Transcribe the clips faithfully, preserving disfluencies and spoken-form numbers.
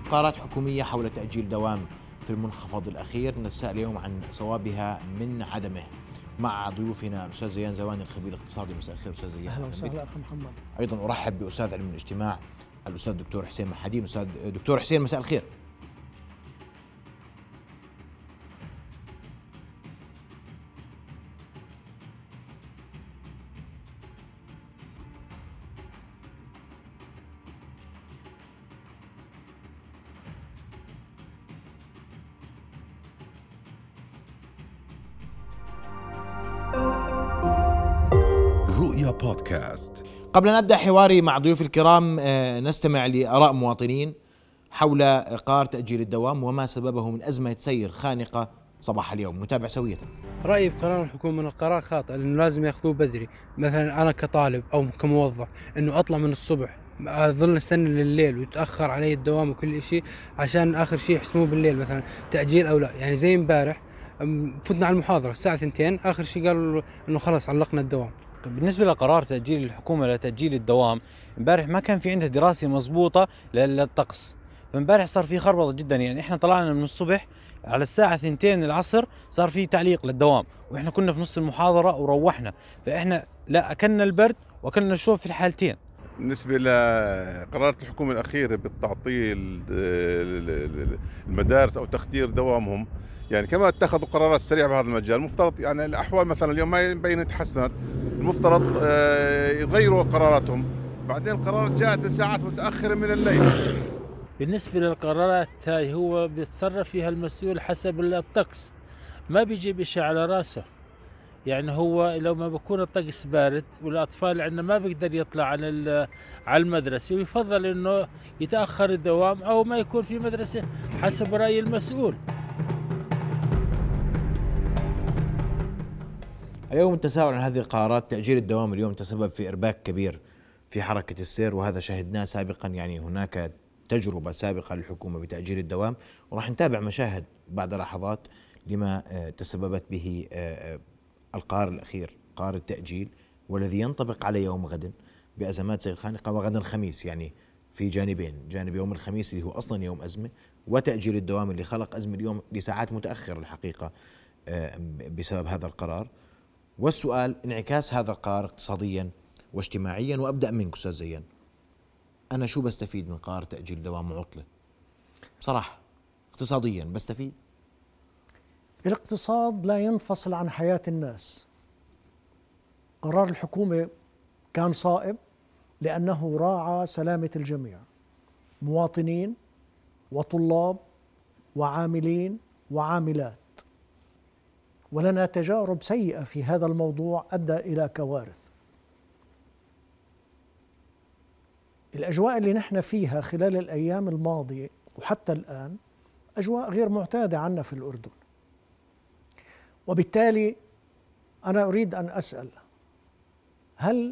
قرارات حكومية حول تأجيل دوام في المنخفض الأخير، نتساءل اليوم عن صوابها من عدمه مع ضيوفنا الأستاذ زيان زواني الخبير الاقتصادي. مساء الخير أستاذ زيان. أهلا وسهلا أخي محمد. أيضا أرحب بأستاذ علم الاجتماع الأستاذ دكتور حسين محدين. أستاذ دكتور حسين مساء الخير. رؤيا بودكاست. قبل أن أبدأ حواري مع ضيوف الكرام نستمع لآراء مواطنين حول قرار تأجيل الدوام وما سببه من أزمة سير خانقة صباح اليوم. نتابع سوية. رأيي بقرار الحكومة من القرار خاطئ، لأنه لازم يأخذوه بدري. مثلا أنا كطالب أو كموظف إنه أطلع من الصبح أظل استنى لليل ويتأخر علي الدوام وكل شيء عشان آخر شيء يحسموه بالليل، مثلا تأجيل أو لا. يعني زي امبارح فتنا على المحاضرة الساعة ثنتين، آخر شيء قالوا إنه خلاص علقنا الدوام. بالنسبة لقرار تأجيل الحكومة لتأجيل الدوام، امبارح ما كان في عندها دراسة مضبوطة للطقس، فامبارح صار في خربطة جدا. يعني احنا طلعنا من الصبح على الساعة ثنتين العصر صار في تعليق للدوام، واحنا كنا في نص المحاضرة وروحنا، فاحنا لا أكلنا البرد وأكلنا الشوف في الحالتين. بالنسبة لقرارات الحكومة الأخيرة بالتعطيل المدارس أو تخدير دوامهم، يعني كما اتخذوا قرارات سريعة بهذا المجال، المفترض يعني الأحوال مثلا اليوم ما يبين تحسنت، المفترض يغيروا قراراتهم. بعدين القرارات جاءت بساعات متأخرة من الليل. بالنسبة للقرارات هاي هو بيتصرف فيها المسؤول حسب الطقس، ما بيجيب إشي على راسه. يعني هو لو ما بكون الطقس بارد والأطفال عندنا ما بيقدر يطلع على على المدرسة، ويفضل إنه يتأخر الدوام أو ما يكون في مدرسة حسب رأي المسؤول. اليوم التساؤل عن هذه القرارات. تأجيل الدوام اليوم تسبب في إرباك كبير في حركة السير، وهذا شاهدناه سابقا. يعني هناك تجربة سابقة للحكومة بتأجيل الدوام، وراح نتابع مشاهد بعد لحظات لما تسببت به القرار الأخير، قرار التأجيل، والذي ينطبق على يوم غد بأزمات سير خانقة. وغدا الخميس، يعني في جانبين، جانب يوم الخميس اللي هو أصلا يوم أزمة، وتأجيل الدوام اللي خلق أزمة اليوم لساعات متأخرة الحقيقة بسبب هذا القرار. والسؤال انعكاس هذا القرار اقتصاديا واجتماعيا. وأبدأ منك أستاذ زيان، أنا شو بستفيد من قرار تأجيل دوام عطلة؟ بصراحة اقتصاديا بستفيد. الاقتصاد لا ينفصل عن حياة الناس. قرار الحكومة كان صائب لأنه راعى سلامة الجميع، مواطنين وطلاب وعاملين وعاملات، ولنا تجارب سيئة في هذا الموضوع أدى إلى كوارث. الأجواء اللي نحن فيها خلال الأيام الماضية وحتى الآن أجواء غير معتادة عنا في الأردن، وبالتالي أنا أريد أن أسأل: هل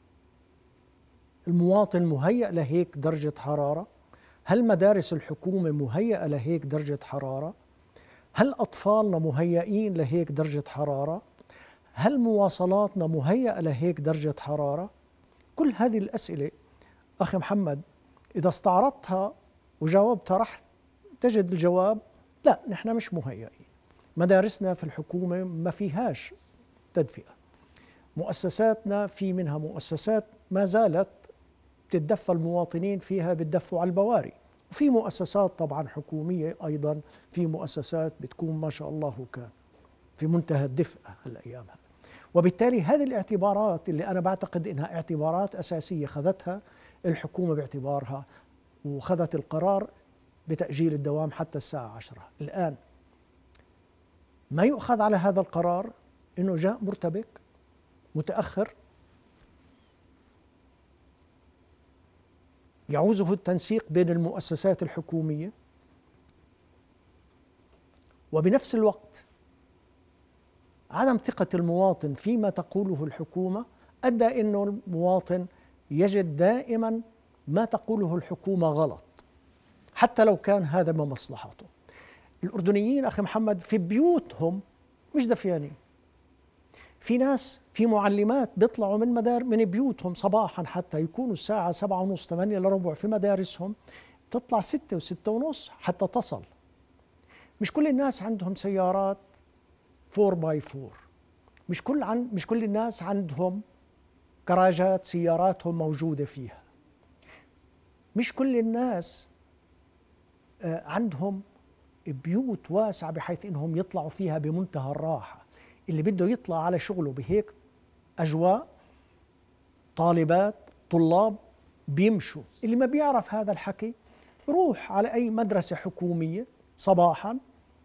المواطن مهيأ لهيك درجة حرارة؟ هل مدارس الحكومة مهيئة لهيك درجة حرارة؟ هل أطفالنا مهيئين لهيك درجة حرارة؟ هل مواصلاتنا مهيئة لهيك درجة حرارة؟ كل هذه الأسئلة أخي محمد إذا استعرضتها وجاوبتها رح تجد الجواب: لا، نحن مش مهيئين. مدارسنا في الحكومة ما فيهاش تدفئة، مؤسساتنا في منها مؤسسات ما زالت تتدفى المواطنين فيها بتدفوا على البواري، وفي مؤسسات طبعا حكومية أيضا، في مؤسسات بتكون ما شاء الله كان في منتهى الدفء هالأيام. وبالتالي هذه الاعتبارات اللي أنا بعتقد إنها اعتبارات أساسية خذتها الحكومة باعتبارها، وخذت القرار بتأجيل الدوام حتى الساعة عشرة. الآن ما يؤخذ على هذا القرار إنه جاء مرتبك متأخر، يعوزه التنسيق بين المؤسسات الحكومية، وبنفس الوقت عدم ثقة المواطن فيما تقوله الحكومة أدى إنه المواطن يجد دائما ما تقوله الحكومة غلط حتى لو كان هذا ما مصلحته. الأردنيين أخي محمد في بيوتهم مش دفيانين، في ناس في معلمات بيطلعوا من مدار من بيوتهم صباحا حتى يكونوا الساعة سبعة ونص ثمانية لربع في مدارسهم، تطلع ستة وستة ونص حتى تصل. مش كل الناس عندهم سيارات فور باي فور، مش كل عن مش كل الناس عندهم كراجات سياراتهم موجودة فيها، مش كل الناس عندهم بيوت واسعة بحيث إنهم يطلعوا فيها بمنتهى الراحة. اللي بده يطلع على شغله بهيك أجواء، طالبات طلاب بيمشوا. اللي ما بيعرف هذا الحكي يروح على أي مدرسة حكومية صباحا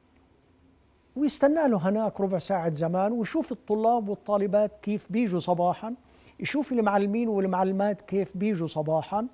ويستنى له هناك ربع ساعة زمان ويشوف الطلاب والطالبات كيف بيجوا صباحا، يشوف المعلمين والمعلمات كيف بيجوا صباحا،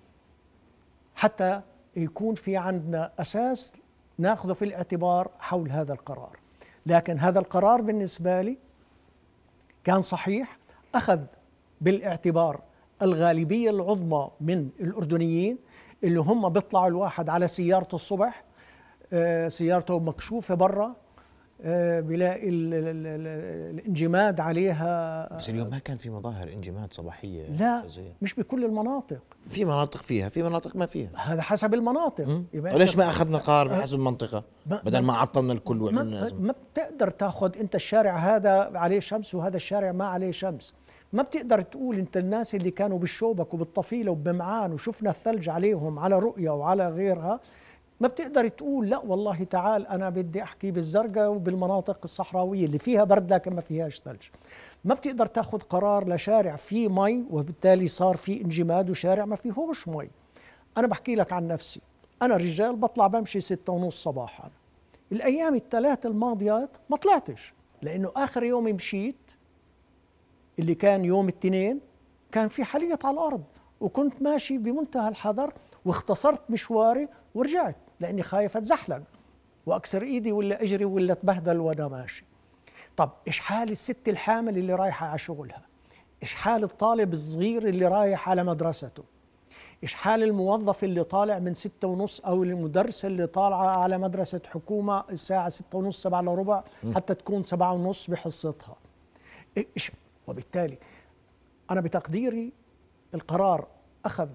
حتى يكون في عندنا أساس ناخذه في الاعتبار حول هذا القرار. لكن هذا القرار بالنسبة لي كان صحيح، أخذ بالاعتبار الغالبية العظمى من الأردنيين اللي هم بيطلعوا الواحد على سيارته الصبح، سيارته مكشوفة برا، بلاقي الانجماد عليها. بس اليوم ما كان في مظاهر انجماد صباحية؟ لا، مش بكل المناطق. في مناطق فيها، في مناطق ما فيها. هذا حسب المناطق. ليش ما أخذنا قرار بحسب المنطقة بدل ما عطلنا الكل وعملنا أزمة؟ ما بتقدر تاخذ أنت الشارع هذا عليه شمس وهذا الشارع ما عليه شمس. ما بتقدر تقول أنت الناس اللي كانوا بالشوبك وبالطفيلة وبمعان وشفنا الثلج عليهم على رؤية وعلى غيرها، ما بتقدر تقول لا والله تعال أنا بدي أحكي بالزرقاء وبالمناطق الصحراوية اللي فيها برد لكن ما فيهاش ثلج. ما بتقدر تاخذ قرار لشارع فيه مي وبالتالي صار فيه انجماد وشارع ما فيهوش مي. أنا بحكي لك عن نفسي، أنا رجال بطلع بمشي ستة ونص صباحا. الأيام الثلاث الماضيات ما طلعتش، لأنه آخر يوم مشيت اللي كان يوم الاثنين كان في حليط على الأرض، وكنت ماشي بمنتهى الحذر واختصرت مشواري ورجعت لأني خايف أتزحلق وأكسر إيدي ولا أجري ولا أتبهدل وأنا ماشي. طب إيش حال الست الحامل اللي رايحة على شغلها؟ إيش حال الطالب الصغير اللي رايح على مدرسته؟ إيش حال الموظف اللي طالع من ستة ونص أو المدرس اللي طالعة على مدرسة حكومة الساعة ستة ونص سبعة إلا ربع حتى تكون سبعة ونص بحصتها؟ إيش؟ وبالتالي أنا بتقديري القرار أخذ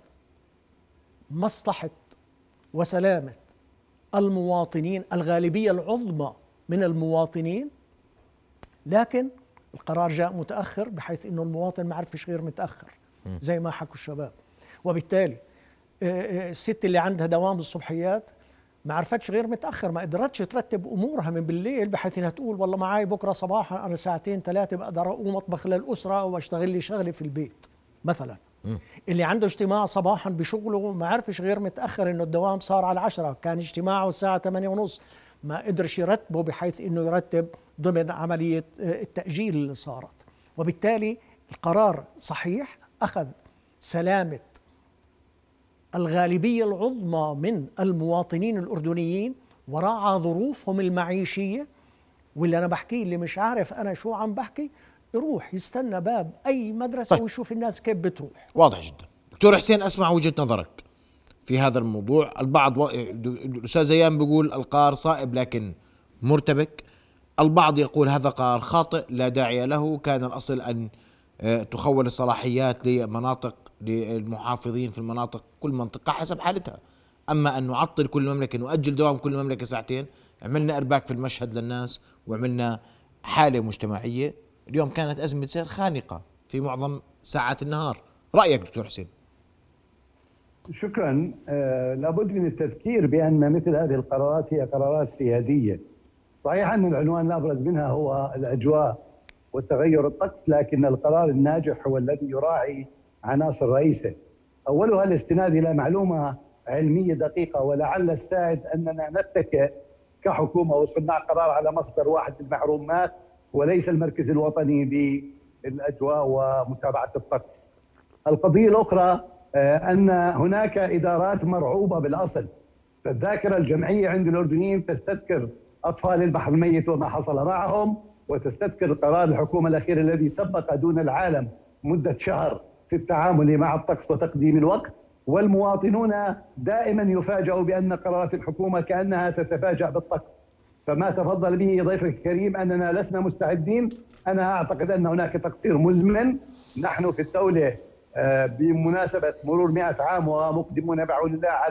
مصلحة وسلامة المواطنين، الغالبية العظمى من المواطنين، لكن القرار جاء متأخر بحيث أنه المواطن ما عرفش غير متأخر زي ما حكوا الشباب. وبالتالي الست اللي عندها دوام الصبحيات ما عرفتش غير متأخر، ما قدرتش ترتب أمورها من بالليل بحيث أنها تقول والله معي بكرة صباحا أنا ساعتين ثلاثة بقدر أقوم أطبخ للأسرة وأشتغل لي شغلي في البيت مثلا. اللي عنده اجتماع صباحا بشغله ما عرفش غير متأخر انه الدوام صار على العشرة، كان اجتماعه الساعة ثمانية ونص، ما قدرش يرتبه بحيث انه يرتب ضمن عملية التأجيل اللي صارت. وبالتالي القرار صحيح، أخذ سلامة الغالبية العظمى من المواطنين الأردنيين وراعى ظروفهم المعيشية. واللي أنا بحكيه اللي مش عارف أنا شو عم بحكي يروح يستنى باب أي مدرسة طيب. ويشوف الناس كيف بتروح. واضح جدا. دكتور حسين، أسمع وجهة نظرك في هذا الموضوع. البعض و... الأستاذ زيان بيقول القرار صائب لكن مرتبك، البعض يقول هذا قرار خاطئ لا داعي له، كان الأصل أن تخول الصلاحيات لمناطق للمحافظين في المناطق، كل منطقة حسب حالتها. أما أن نعطل كل مملكة، نؤجل دوام كل مملكة ساعتين، عملنا إرباك في المشهد للناس وعملنا حالة مجتمعية. اليوم كانت أزمة سير خانقة في معظم ساعات النهار. رأيك دكتور حسين؟ شكرا. آه لابد من التذكير بأن مثل هذه القرارات هي قرارات سيادية. صحيح أن العنوان الأبرز منها هو الأجواء والتغير الطقس، لكن القرار الناجح هو الذي يراعي عناصر رئيسة. أولها الاستناد إلى معلومة علمية دقيقة، ولعل السائد أننا نتكئ كحكومة وصناع قرار على مصدر واحد للمعلومات وليس المركز الوطني للأجواء ومتابعة الطقس. القضية الأخرى أن هناك إدارات مرعوبة بالأصل. فالذاكرة الجمعية عند الأردنيين تستذكر أطفال البحر الميت وما حصل معهم، وتستذكر قرار الحكومة الأخير الذي سبق دون العالم مدة شهر في التعامل مع الطقس وتقديم الوقت. والمواطنون دائما يفاجئوا بأن قرارات الحكومة كأنها تتفاجأ بالطقس. فما تفضل به ضيفك الكريم أننا لسنا مستعدين. أنا أعتقد أن هناك تقصير مزمن. نحن في الدولة بمناسبة مرور مئة عام ومقدمون بعون الله على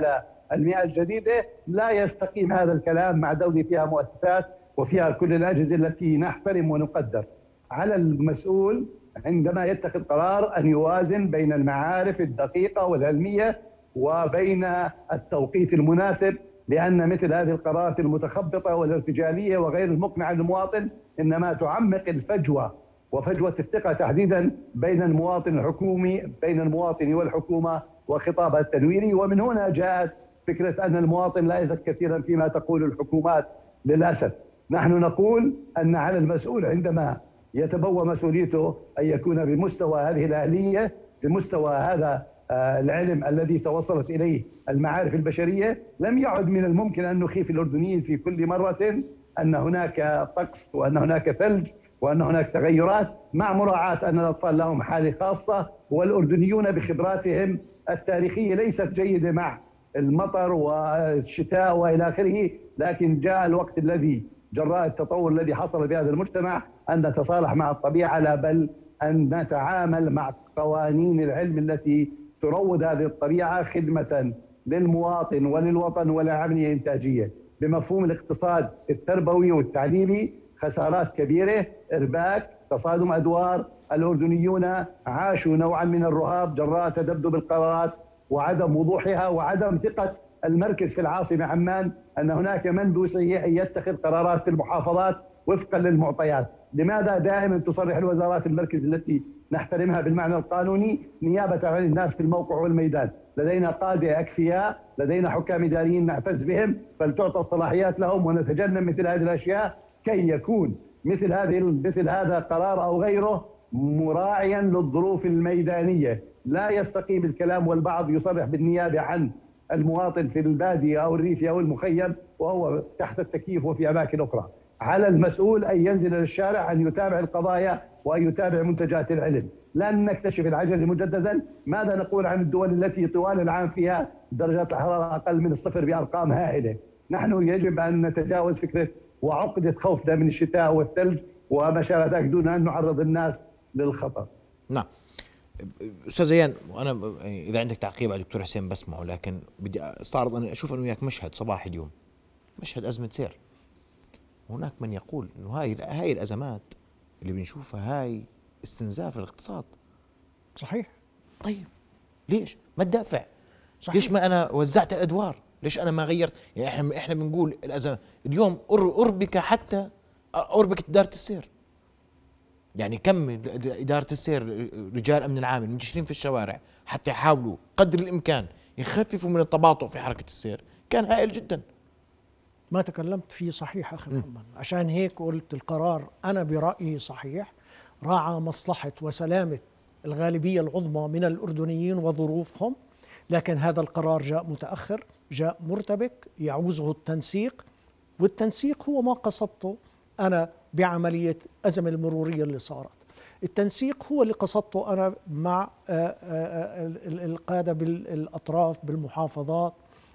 المئة الجديدة لا يستقيم هذا الكلام مع دولة فيها مؤسسات وفيها كل الأجهزة التي نحترم ونقدر. على المسؤول عندما يتخذ قرار أن يوازن بين المعارف الدقيقة والعلمية وبين التوقيت المناسب، لأن مثل هذه القرارات المتخبطة والارتجالية وغير المقنعة للمواطن إنما تعمق الفجوة وفجوة الثقة تحديدا بين المواطن الحكومي بين المواطن والحكومة وخطابها التنويري. ومن هنا جاءت فكرة أن المواطن لا يثق كثيرا فيما تقول الحكومات. للأسف نحن نقول أن على المسؤول عندما يتبوى مسؤوليته أن يكون بمستوى هذه الآلية، بمستوى هذا العلم الذي توصلت إليه المعارف البشرية. لم يعد من الممكن أن نخيف الأردنيين في كل مرة أن هناك طقس وأن هناك ثلج وأن هناك تغيرات، مع مراعاة أن الأطفال لهم حالة خاصة، والأردنيون بخبراتهم التاريخية ليست جيدة مع المطر والشتاء وإلى آخره. لكن جاء الوقت الذي جراء التطور الذي حصل في هذا المجتمع أن نتصالح مع الطبيعة، لا بل أن نتعامل مع قوانين العلم التي تروض هذه الطبيعة خدمة للمواطن وللوطن ولعملية إنتاجية. بمفهوم الاقتصاد التربوي والتعليمي خسارات كبيرة، إرباك، تصادم أدوار. الأردنيون عاشوا نوعا من الرهاب جراء تذبذب القرارات وعدم وضوحها وعدم ثقة المركز في العاصمة عمان أن هناك من بوسعه أن يتخذ قرارات في المحافظات وفقا للمعطيات. لماذا دائما تصرح الوزارات المركز التي نحترمها بالمعنى القانوني نيابة عن الناس في الموقع والميدان؟ لدينا قادة أكفياء، لدينا حكام إداريين نعتز بهم، فلتعطى الصلاحيات لهم ونتجنب مثل هذه الأشياء كي يكون مثل هذه مثل هذا قرار أو غيره مراعيا للظروف الميدانية. لا يستقيم الكلام والبعض يصرح بالنيابة عن المواطن في البادية أو الريف أو المخيم وهو تحت التكييف وفي أماكن أخرى. على المسؤول أن ينزل للشارع، أن يتابع القضايا وأن يتابع منتجات العلم. لن نكتشف العجل مجددا. ماذا نقول عن الدول التي طوال العام فيها درجات الحرارة أقل من الصفر بأرقام هائلة؟ نحن يجب أن نتجاوز فكرة وعقدة خوفنا من الشتاء والثلج وما شابه ذلك دون أن نعرض الناس للخطر. نعم أستاذ زيان، وأنا إذا عندك تعقيب على الدكتور حسين بسمعه، لكن بدي أستعرض أنا أشوف أنه وياك مشهد صباح اليوم، مشهد أزمة سير. هناك من يقول أنه هاي هاي الأزمات اللي بنشوفها هاي استنزاف الاقتصاد. صحيح. طيب ليش ما تدافع؟ صحيح. ليش ما أنا وزعت الأدوار؟ ليش أنا ما غيرت؟ يعني إحنا إحنا بنقول الأزمة اليوم أربك حتى أربكت إدارة السير. يعني كم إدارة السير رجال أمن العام منتشرين في الشوارع حتى يحاولوا قدر الإمكان يخففوا من التباطؤ في حركة السير، كان هائل جدا. ما تكلمت فيه صحيح أخي محمد، عشان هيك قلت القرار أنا برأيي صحيح، راعى مصلحة وسلامة الغالبية العظمى من الأردنيين وظروفهم، لكن هذا القرار جاء متأخر، جاء مرتبك، يعوزه التنسيق، والتنسيق هو ما قصدته أنا بعملية الأزمة المرورية اللي صارت. التنسيق هو اللي قصدته أنا مع القادة بالأطراف بالمحافظات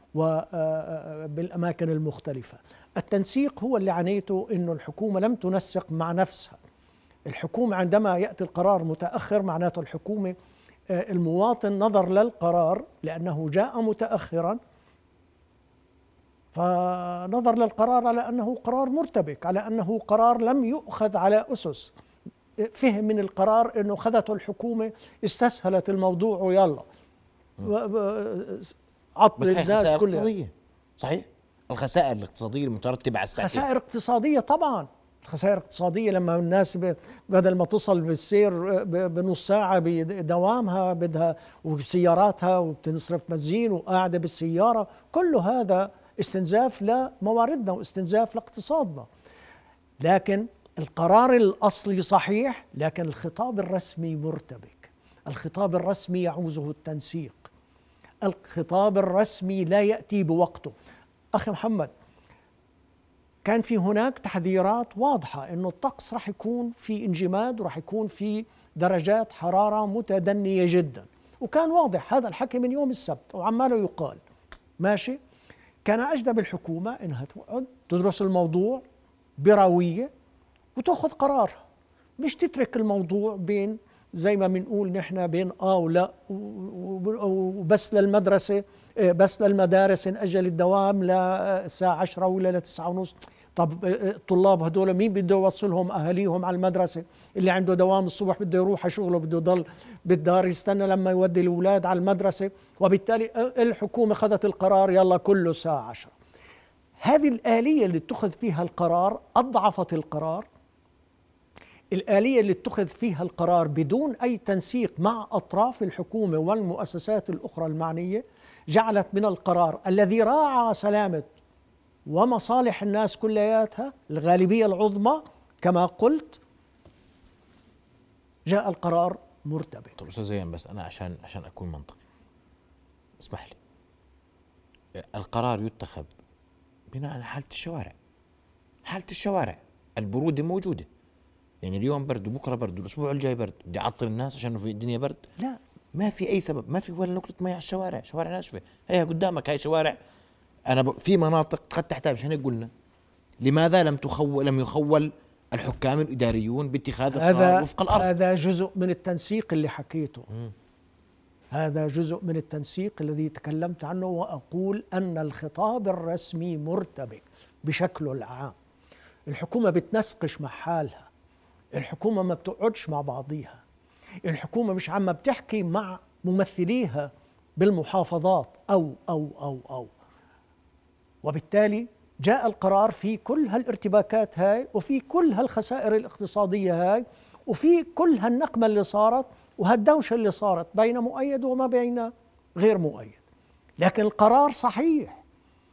وبالأماكن المختلفة. التنسيق هو اللي عنيته إنه الحكومة لم تنسق مع نفسها. الحكومة عندما يأتي القرار متأخر معناته الحكومة المواطن نظر للقرار لأنه جاء متأخرا، فنظر للقرار على أنه قرار مرتبك، على أنه قرار لم يؤخذ على أسس. فهم من القرار أنه خذته الحكومة، استسهلت الموضوع ويلا عطل الناس كلها. اقتصادية. صحيح، الخسائر الاقتصادية المترتبة على الساعة. خسائر اقتصادية طبعا، الخسائر الاقتصادية لما الناس بدل ما تصل بالسير بنص ساعة بدوامها بدها وسياراتها وبتنصرف بنزين وقاعدة بالسيارة، كل هذا استنزاف لمواردنا واستنزاف لاقتصادنا. لكن القرار الأصلي صحيح، لكن الخطاب الرسمي مرتبك. الخطاب الرسمي يعوزه التنسيق. الخطاب الرسمي لا يأتي بوقته. أخي محمد، كان في هناك تحذيرات واضحة إنه الطقس راح يكون في انجماد وراح يكون في درجات حرارة متدنية جدا، وكان واضح هذا الحكي من يوم السبت وعماله يقال ماشي. كان أجدى بالحكومة إنها تقعد تدرس الموضوع بروية وتأخذ قرارها، مش تترك الموضوع بين زي ما بنقول نحن بين آه ولا وبس للمدرسة بس للمدارس نأجل الدوام للساعة عشرة ولا لتسعة ونص. طب الطلاب هدول مين بده يوصلهم أهاليهم على المدرسة؟ اللي عنده دوام الصبح بده يروح شغله، بده يضل بالدار يستنى لما يودي الأولاد على المدرسة، وبالتالي الحكومة خذت القرار يلا كله الساعة عشرة. هذه الآلية اللي اتخذ فيها القرار أضعفت القرار. الآلية اللي اتخذ فيها القرار بدون أي تنسيق مع أطراف الحكومة والمؤسسات الأخرى المعنية جعلت من القرار الذي راعى سلامة ومصالح الناس كلياتها الغالبية العظمى كما قلت، جاء القرار مرتبك. طب أستاذ زيان، بس أنا عشان عشان أكون منطقي اسمح لي، القرار يتخذ بناء على حالة الشوارع. حالة الشوارع البرودة موجودة، يعني اليوم برد وبكره برد والاسبوع الجاي برد، بدي اعطل الناس عشان في الدنيا برد؟ لا، ما في اي سبب، ما في ولا نقطه مي على الشوارع، شوارع ناشفه هي قدامك، هاي شوارع. انا ب... في مناطق قد تحتاج، عشان هيك قلنا لماذا لم تخول لم يخول الحكام الاداريون باتخاذ القرار وفق الارض. هذا جزء من التنسيق اللي حكيته. م. هذا جزء من التنسيق الذي تكلمت عنه، واقول ان الخطاب الرسمي مرتبك بشكله العام. الحكومه بتنسقش مع حالها، الحكومة ما بتقعدش مع بعضيها، الحكومة مش عم بتحكي مع ممثليها بالمحافظات أو أو أو أو وبالتالي جاء القرار في كل هالارتباكات هاي، وفي كل هالخسائر الاقتصادية هاي، وفي كل هالنقمة اللي صارت وهالدوشة اللي صارت بين مؤيد وما بين غير مؤيد. لكن القرار صحيح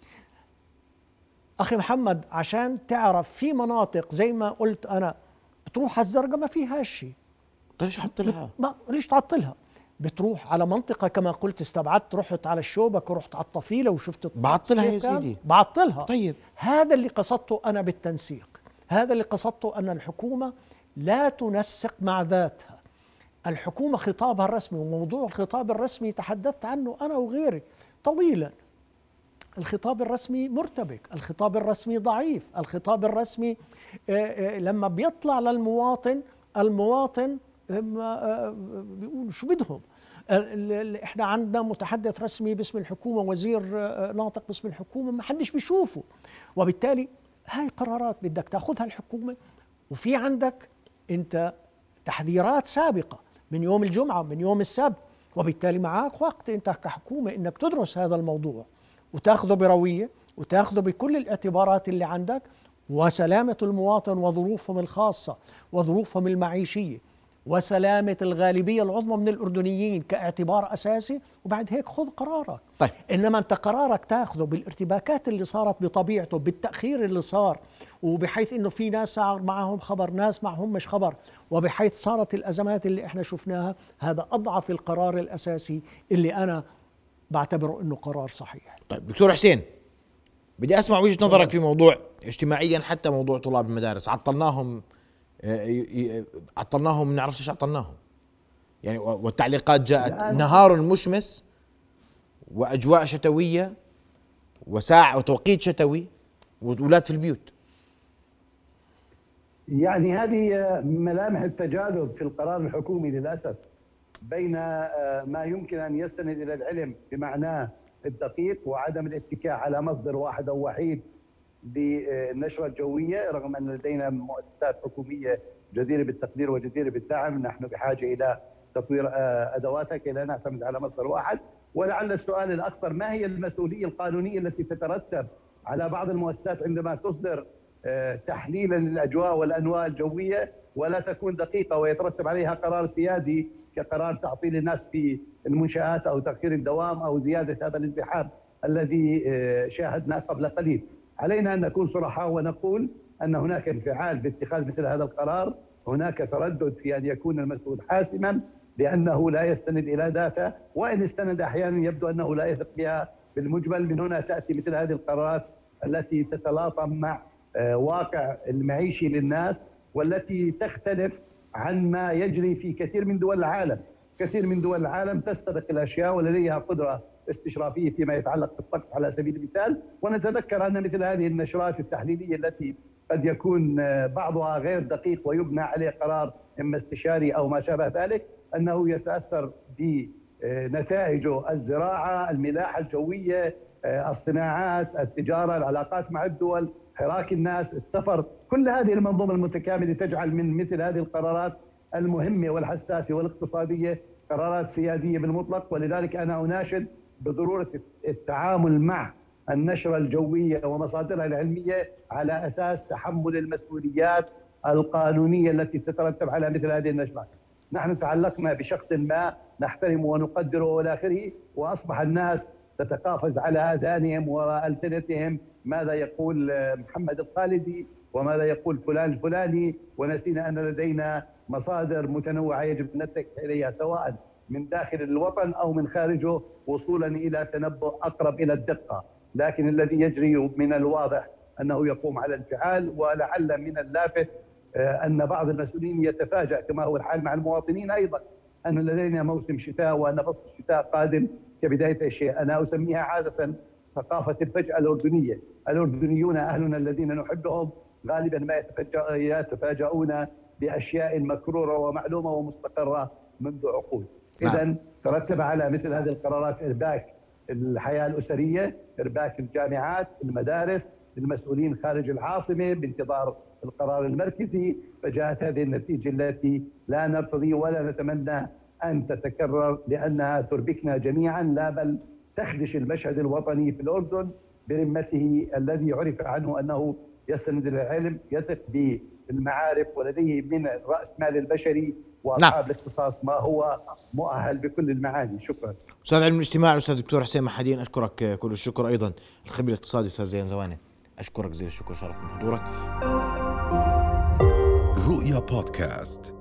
أخي محمد، عشان تعرف في مناطق زي ما قلت أنا بتروح على الزرقاء ما فيها شيء، ليش عطلها؟ ما ليش تعطلها؟ بتروح على منطقة كما قلت استبعدت، رحت على الشوبك ورحت على الطفيلة وشفت بعطلها يا سيدي، بعطلها. طيب هذا اللي قصدته أنا بالتنسيق، هذا اللي قصدته أن الحكومة لا تنسق مع ذاتها. الحكومة خطابها الرسمي، وموضوع الخطاب الرسمي تحدثت عنه أنا وغيري طويلا. الخطاب الرسمي مرتبك، الخطاب الرسمي ضعيف، الخطاب الرسمي لما بيطلع للمواطن، المواطن بيقول شو بدهم. احنا عندنا متحدث رسمي باسم الحكومة، وزير ناطق باسم الحكومة، ما حدش بيشوفه. وبالتالي هاي قرارات بدك تاخذها الحكومة، وفي عندك انت تحذيرات سابقة من يوم الجمعة من يوم السبت، وبالتالي معك وقت انت كحكومة انك تدرس هذا الموضوع وتاخذه بروية وتاخذه بكل الاعتبارات اللي عندك، وسلامة المواطن وظروفهم الخاصة وظروفهم المعيشية وسلامة الغالبية العظمى من الأردنيين كاعتبار أساسي، وبعد هيك خذ قرارك. طيب. إنما أنت قرارك تاخذه بالارتباكات اللي صارت بطبيعته، بالتأخير اللي صار، وبحيث إنه في ناس معهم خبر ناس معهم مش خبر، وبحيث صارت الأزمات اللي إحنا شفناها، هذا أضعف القرار الأساسي اللي أنا بعتبره إنه قرار صحيح. طيب دكتور حسين، بدي أسمع وجهة نظرك في موضوع اجتماعيا، حتى موضوع طلاب المدارس عطلناهم عطلناهم ما نعرفش ايش عطلناهم يعني، والتعليقات جاءت نهار مشمس واجواء شتويه وساعه وتوقيت شتوي واولاد في البيوت. يعني هذه ملامح التجاذب في القرار الحكومي للاسف بين ما يمكن ان يستند الى العلم بمعناه الدقيق وعدم الاتكاء على مصدر واحد او وحيد للنشرة الجوية، رغم أن لدينا مؤسسات حكومية جديرة بالتقدير وجديرة بالدعم. نحن بحاجة إلى تطوير أدواتها كي لا نعتمد على مصدر واحد. ولعل السؤال الأخطر، ما هي المسؤولية القانونية التي تترتب على بعض المؤسسات عندما تصدر تحليلا للأجواء والأنواع الجوية ولا تكون دقيقة ويترتب عليها قرار سيادي كقرار تعطيل الناس في المنشآت أو تأخير الدوام أو زيادة هذا الازدحام الذي شاهدناه قبل قليل. علينا أن نكون صرحاء ونقول أن هناك انفعال باتخاذ مثل هذا القرار، هناك تردد في أن يكون المسؤول حاسما لأنه لا يستند إلى ذاته، وإن استند أحيانا يبدو أنه لا يثق بها بالمجمل. من هنا تأتي مثل هذه القرارات التي تتلاطم مع واقع المعيشي للناس، والتي تختلف عن ما يجري في كثير من دول العالم. كثير من دول العالم تستبق الأشياء ولديها قدرة استشرافية فيما يتعلق بالطقس على سبيل المثال. ونتذكر أن مثل هذه النشرات التحليلية التي قد يكون بعضها غير دقيق ويبنى عليه قرار إما استشاري أو ما شابه ذلك، أنه يتأثر نتائجه الزراعة، الملاحة الجوية، الصناعات، التجارة، العلاقات مع الدول، حراك الناس، السفر. كل هذه المنظومة المتكاملة تجعل من مثل هذه القرارات المهمة والحساسة والاقتصادية قرارات سيادية بالمطلق. ولذلك أنا أناشد بضرورة التعامل مع النشرة الجوية ومصادرها العلمية على أساس تحمل المسؤوليات القانونية التي تترتب على مثل هذه النشرات. نحن تعلقنا بشخص ما نحترمه ونقدره والى اخره، واصبح الناس تتقافز على اذانهم والسنتهم ماذا يقول محمد الخالدي وماذا يقول فلان الفلاني، ونسينا ان لدينا مصادر متنوعه يجب ان نتكل اليها سواء من داخل الوطن او من خارجه وصولا الى تنبؤ اقرب الى الدقه. لكن الذي يجري من الواضح انه يقوم على انفعال، ولعل من اللافت أن بعض المسؤولين يتفاجأ كما هو الحال مع المواطنين أيضا أن لدينا موسم شتاء وأن فصل الشتاء قادم كبداية الشيء. أنا أسميها عادة ثقافة الفجأة الأردنية. الأردنيون أهلنا الذين نحبهم غالبا ما يتفاجؤون بأشياء مكرورة ومعلومة ومستقرة منذ عقود. إذن ترتب على مثل هذه القرارات إرباك الحياة الأسرية، إرباك الجامعات، المدارس، المسؤولين خارج العاصمة بانتظار القرار المركزي. فجاءت هذه النتيجة التي لا نرتضي ولا نتمنى أن تتكرر، لأنها تربكنا جميعا، لا بل تخدش المشهد الوطني في الأردن برمته الذي عرف عنه أنه يستند العلم، يثق بالمعارف، ولديه من رأس مال البشري وأصحاب نعم. الاختصاص ما هو مؤهل بكل المعاني. شكرا. أستاذ علم الاجتماع الأستاذ الدكتور حسين محدين، أشكرك كل الشكر. أيضا الخبير الاقتصادي أستاذ زيان زواني، أشكرك جزيل الشكر، شرف من حضورك. رؤيا بودكاست.